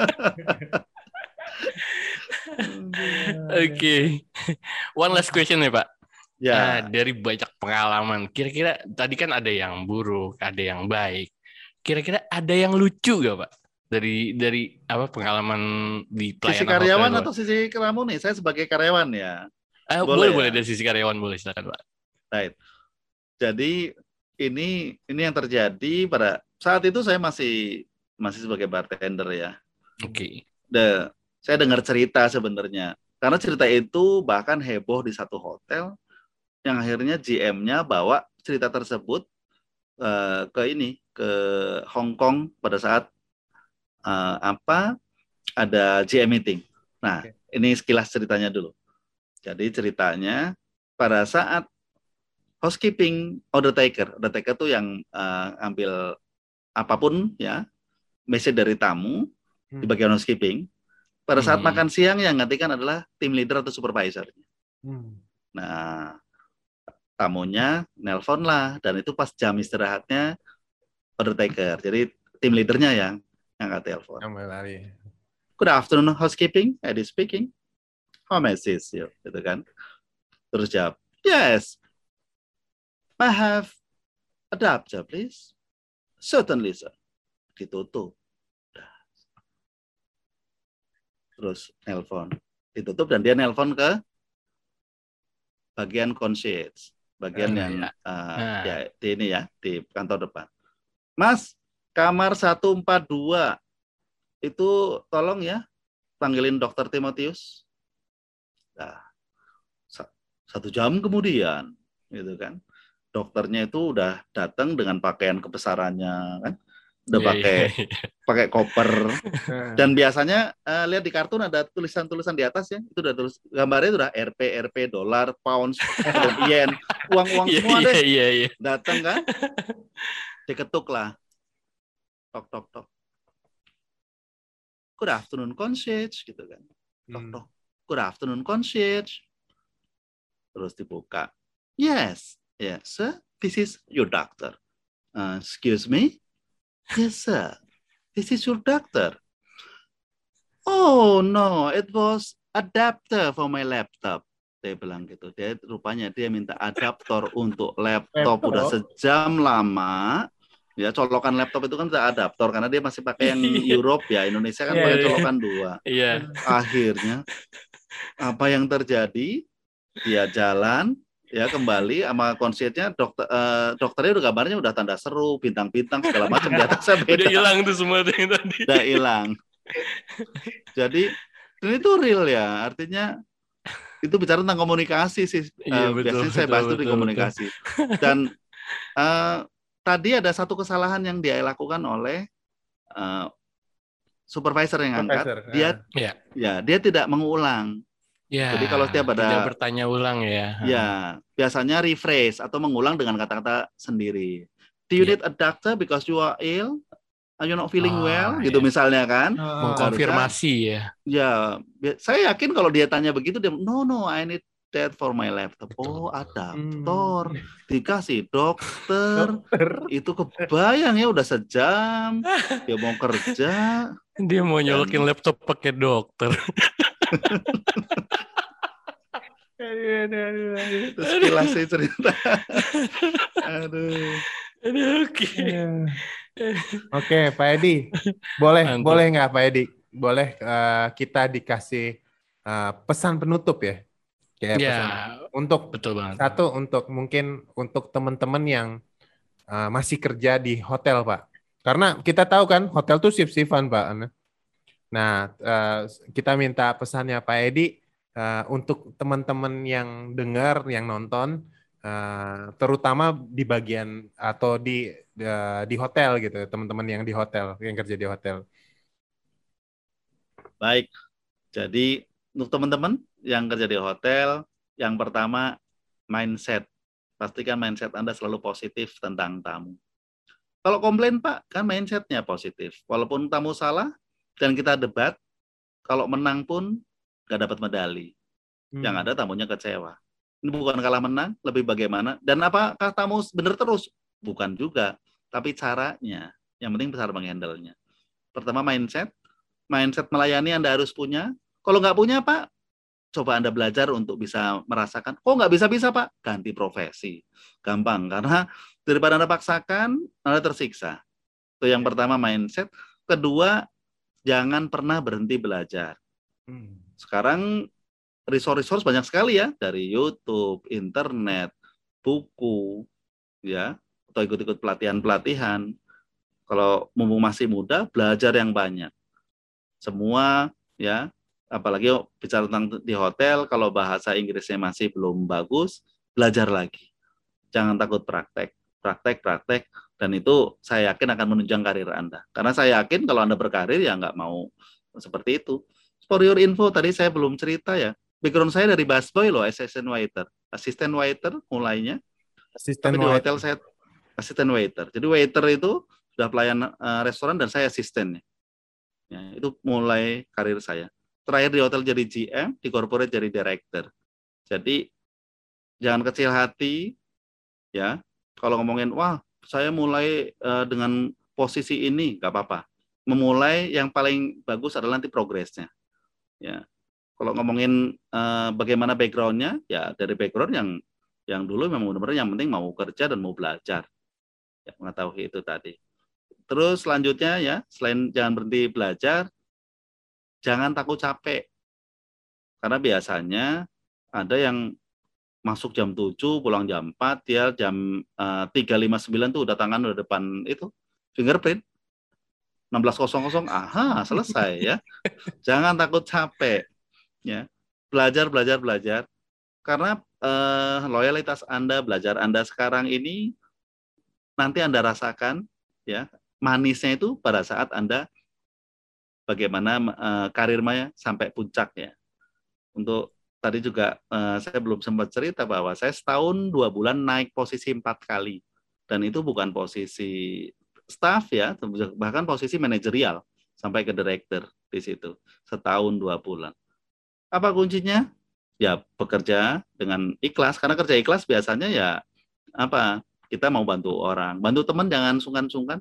Oke. One last question nih, Pak. Ya, Dari banyak pengalaman, kira-kira tadi kan ada yang buruk, ada yang baik. Kira-kira ada yang lucu gak, Pak? Dari apa pengalaman di sisi pelayanan karyawan hotel, atau sisi kamu nih? Saya sebagai karyawan ya. boleh ya? dari sisi karyawan, boleh silakan, Pak. Right. Jadi ini yang terjadi pada saat itu saya masih sebagai bartender ya. Oke. Saya dengar cerita sebenarnya. Karena cerita itu bahkan heboh di satu hotel yang akhirnya GM-nya bawa cerita tersebut ke Hong Kong pada saat ada GM meeting. Nah, ini sekilas ceritanya dulu. Jadi ceritanya pada saat housekeeping undertaker itu yang ambil apapun ya, message dari tamu di bagian housekeeping. Pada saat makan siang yang gantikan adalah tim leader atau supervisor. Nah, tamunya nelpon lah, dan itu pas jam istirahatnya undertaker. Jadi tim leadernya yang angkat telepon. Good afternoon housekeeping, Eddie speaking. How may I assist you? Gitu kan. Terus jawab, yes. I have adapter, please. Certainly, sir. Ditutup. Terus nelpon. Ditutup dan dia nelpon ke bagian concierge. Bagian yang ya, di kantor depan. Mas, kamar 142. Itu tolong ya, panggilin dokter Timotius. Nah, 1 jam kemudian, gitu kan. Dokternya itu udah datang dengan pakaian kebesarannya, kan. Udah pakai koper. Dan biasanya lihat di kartun ada tulisan-tulisan di atas ya, itu udah tulis gambarnya itu udah RP, dolar, pounds, yen, uang semua deh. Iya. Datang kan, diketuk lah, tok. Good afternoon concierge, gitu kan. Tok. Good afternoon concierge. Terus dibuka. Yes, sir. This is your doctor. Excuse me. Yes, sir. This is your doctor. Oh, no. It was adapter for my laptop. Dia bilang gitu. Rupanya dia minta adaptor untuk laptop. Udah sejam lama. Ya, colokan laptop itu kan ada adaptor. Karena dia masih pakai yang Europe ya. Indonesia kan pakai colokan 2. Iya. Akhirnya, apa yang terjadi? Dia jalan. Ya, kembali sama konsiernya, dokternya udah gambarnya udah tanda seru, bintang-bintang segala macam di atasnya beda. Udah hilang tuh semua yang tadi. Udah hilang. Jadi ini tuh real ya, artinya itu bicara tentang komunikasi sih. Biasanya saya bahas itu di komunikasi. Dan tadi ada satu kesalahan yang dia lakukan oleh supervisor yang angkat. Dia tidak mengulang. Ya, jadi kalau setiap ada tidak bertanya ulang ya. Ya, biasanya rephrase atau mengulang dengan kata-kata sendiri. Do you need a doctor because you are ill? Are you not feeling well? Gitu misalnya kan. Mengkonfirmasi ya. Ya, saya yakin kalau dia tanya begitu dia no, I need that for my laptop. Oh, adaptor. Dikasih dokter. Itu kebayang ya udah sejam. Dia mau kerja. Dia mau nyolokin laptop pakai dokter. Itu sekilas sih cerita. Oke, Pak Edi, boleh nggak Pak Edi? Boleh kita dikasih pesan penutup ya? Kayak pesan untuk betul banget. Satu mungkin untuk teman-teman yang masih kerja di hotel, Pak. Karena kita tahu kan hotel tuh shift-shiftan, Pak. Nah, kita minta pesannya Pak Edi untuk teman-teman yang dengar, yang nonton, terutama di bagian atau di hotel gitu, teman-teman yang di hotel, yang kerja di hotel. Baik, jadi untuk teman-teman yang kerja di hotel, yang pertama mindset. Pastikan mindset Anda selalu positif tentang tamu. Kalau komplain Pak, kan mindsetnya positif. Walaupun tamu salah dan kita debat, kalau menang pun nggak dapat medali. Yang ada tamunya kecewa. Ini bukan kalah menang, lebih bagaimana. Dan apakah tamu benar terus? Bukan juga. Tapi caranya. Yang penting besar menghandle-nya. Pertama mindset. Mindset melayani Anda harus punya. Kalau nggak punya Pak, coba Anda belajar untuk bisa merasakan. Kok nggak bisa-bisa Pak? Ganti profesi. Gampang. Karena daripada Anda paksakan, Anda tersiksa. Itu yang pertama mindset. Kedua, jangan pernah berhenti belajar. Sekarang resource banyak sekali ya, dari YouTube, internet, buku, ya, atau ikut-ikut pelatihan-pelatihan. Kalau mumpung masih muda, belajar yang banyak. Semua, ya, apalagi bicara tentang di hotel, kalau bahasa Inggrisnya masih belum bagus, belajar lagi. Jangan takut praktek, dan itu saya yakin akan menunjang karir Anda. Karena saya yakin kalau Anda berkarir ya nggak mau seperti itu. For your info, tadi saya belum cerita ya, background saya dari busboy loh, assistant waiter mulainya. Tapi di hotel saya assistant waiter. Jadi waiter itu sudah pelayan restoran dan saya asistennya. Ya, itu mulai karir saya. Terakhir di hotel jadi GM, di corporate jadi director. Jadi jangan kecil hati, ya. Kalau ngomongin, wah saya mulai dengan posisi ini, nggak apa-apa. Memulai yang paling bagus adalah nanti progresnya. Ya. Kalau ngomongin bagaimana background-nya, ya dari background yang dulu memang benar-benar yang penting mau kerja dan mau belajar. Ya, mengetahui itu tadi. Terus selanjutnya ya, selain jangan berhenti belajar, jangan takut capek. Karena biasanya ada yang masuk jam 7, pulang jam 4, dia jam 3.59 tuh udah tangan udah depan itu, fingerprint. 16.00, aha, selesai ya. Jangan takut capek. Ya. Belajar. Karena loyalitas Anda, belajar Anda sekarang ini nanti Anda rasakan ya, manisnya itu pada saat Anda bagaimana karir Maya sampai puncak ya. Untuk tadi juga saya belum sempat cerita bahwa saya setahun 2 bulan naik posisi 4 kali. Dan itu bukan posisi staff ya, bahkan posisi manajerial sampai ke director di situ. Setahun 2 bulan. Apa kuncinya? Ya bekerja dengan ikhlas, karena kerja ikhlas biasanya ya apa, kita mau bantu orang, bantu teman jangan sungkan-sungkan,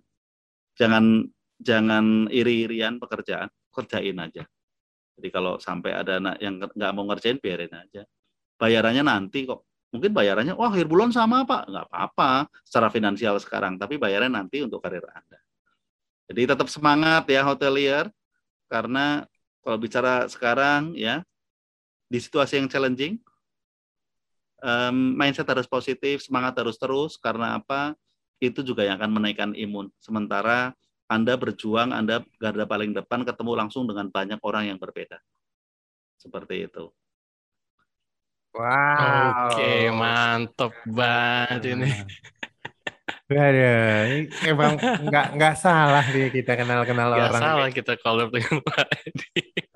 jangan iri-irian pekerjaan, kerjain aja. Jadi kalau sampai ada anak yang nggak mau ngerjain, biarin aja, bayarannya nanti kok. Mungkin bayarannya wah akhir bulan sama Pak, nggak apa-apa secara finansial sekarang, tapi bayarannya nanti untuk karir Anda. Jadi tetap semangat ya hotelier, karena kalau bicara sekarang ya di situasi yang challenging, mindset harus positif, semangat harus terus, karena apa? Itu juga yang akan menaikkan imun. Sementara Anda berjuang, Anda garda paling depan, ketemu langsung dengan banyak orang yang berbeda. Seperti itu. Wow. Oke, mantep banget ini. Waduh, emang nggak salah nih kita kenal-kenal Gak orang. salah kita collab dengan Pak Edi.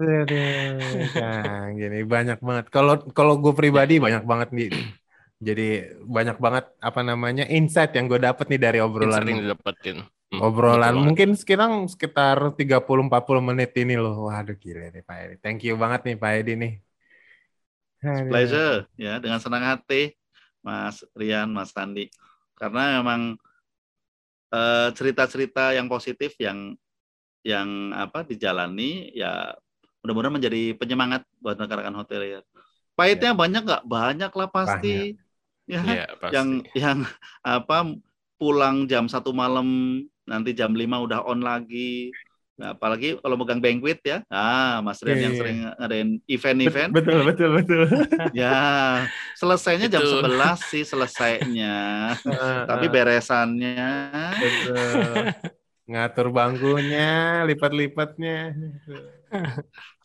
Nah, gini banyak banget. Kalau gue pribadi banyak banget nih. Jadi banyak banget apa namanya insight yang gue dapet nih dari obrolan. Sering didapetin. Obrolan mungkin sekitar 30-40 menit ini loh. Waduh gila nih Pak Edi. Thank you banget nih Pak Edi nih. Pleasure ya, dengan senang hati Mas Rian, Mas Sandi. Karena memang cerita-cerita yang positif yang apa dijalani ya, mudah-mudahan menjadi penyemangat buat rekan-rekan hotelier. Pahitnya banyak nggak? Banyak lah pasti. Ya, pasti. Yang apa pulang jam 1 malam, nanti jam 5 udah on lagi. Nah, apalagi kalau megang banquet ya. Mas Rian yang sering ngadain event-event. Betul. Ya, selesainya jam 11 sih selesainya. Tapi beresannya. Betul. Ngatur bangkunya, lipat-lipatnya.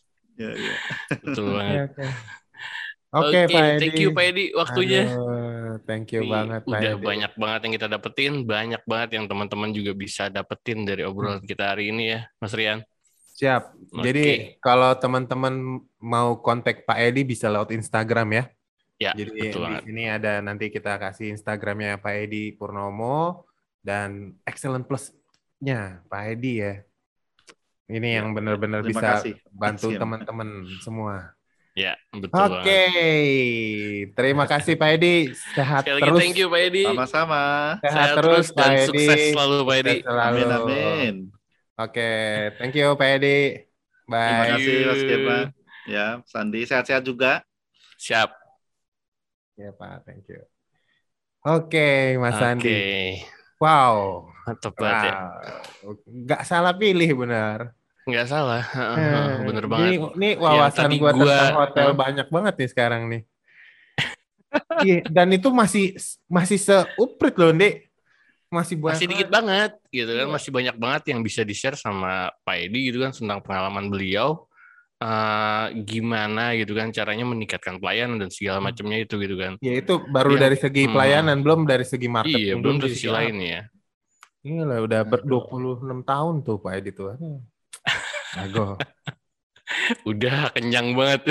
Ya. Betul banget. Oke, Pak Edi. Thank you Pak Edi waktunya. Thank you Ini banget Pak udah Edi. banyak banget yang kita dapetin, banyak banget yang teman-teman juga bisa dapetin dari obrolan kita hari ini ya, Mas Rian. Siap. Jadi kalau teman-teman mau kontak Pak Edi bisa lewat Instagram ya. Ya, Jadi betul di banget. sini ada nanti kita kasih Instagramnya Pak Edi Purnomo dan Excellent Plus-nya Pak Edi ya. Ini yang benar-benar Terima bisa kasih. bantu Siap. teman-teman semua. Ya, betul Oke, banget. terima kasih Pak Edi. Sehat Sekali lagi terus. thank you Pak Edi. Sama-sama. Sehat Sehat terus terus Pak dan Edi. sukses selalu Pak Edi. Sukses selalu. Amin, amin. Oke, thank you Pak Edi. Terima Bye. kasih Mas Firman. Ya, Sandi sehat-sehat juga. Siap. Ya Pak, thank you. Oke, Mas Sandi. Oke. Wow. Mantap banget ya. Nggak salah pilih benar. Nggak salah. Bener Ini banget. wawasan tadi gue gua- tentang hotel banyak banget nih sekarang nih. Iya, dan itu masih seuprit loh, Ndek. Masih banyak. Masih dikit banget gitu kan, Iya. masih banyak banget yang bisa di-share sama Pak Edi gitu kan tentang pengalaman beliau, gimana gitu kan caranya meningkatkan pelayanan dan segala macamnya itu gitu kan. Ya itu baru Yang- dari segi pelayanan, belum dari segi marketing. Iya, belum dari sisi lain ya. Iya lah, udah 26 tahun tuh Pak Edi tuh. Ago. Udah kenyang banget.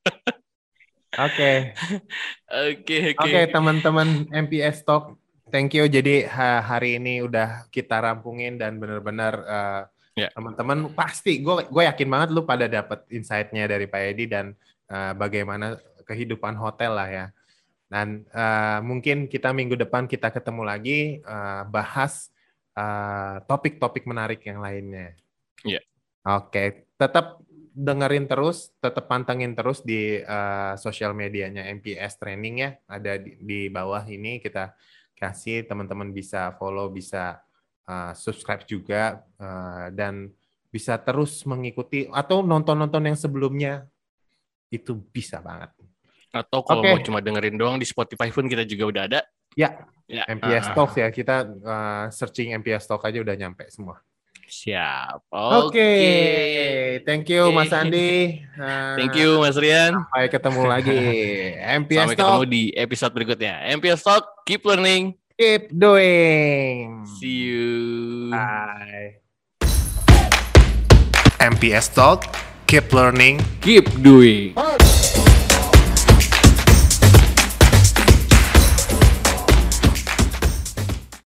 Oke. Oke, teman-teman MPS Talk, thank you. Jadi hari ini udah kita rampungin dan benar-benar Ya. teman-teman pasti gue yakin banget lu pada dapat insight-nya dari Pak Edi dan bagaimana kehidupan hotel lah ya. Dan mungkin kita minggu depan kita ketemu lagi bahas topik-topik menarik yang lainnya. Ya. Oke, tetap dengerin terus, tetap pantengin terus di sosial medianya MPS Training ya. Ada di bawah ini kita kasih teman-teman bisa follow, bisa subscribe juga dan bisa terus mengikuti atau nonton-nonton yang sebelumnya itu bisa banget. Atau kalau mau cuma dengerin doang di Spotify pun kita juga udah ada. Ya, MPS Talk ya. Kita searching MPS Talk aja udah nyampe semua. Siap. Oke. Thank you Mas Andi. Thank you Mas Rian. Sampai ketemu lagi. MPS Sampai Talk. ketemu di episode berikutnya. MPS Talk, keep learning. Keep doing. See you. Bye. MPS Talk, keep learning. Keep doing.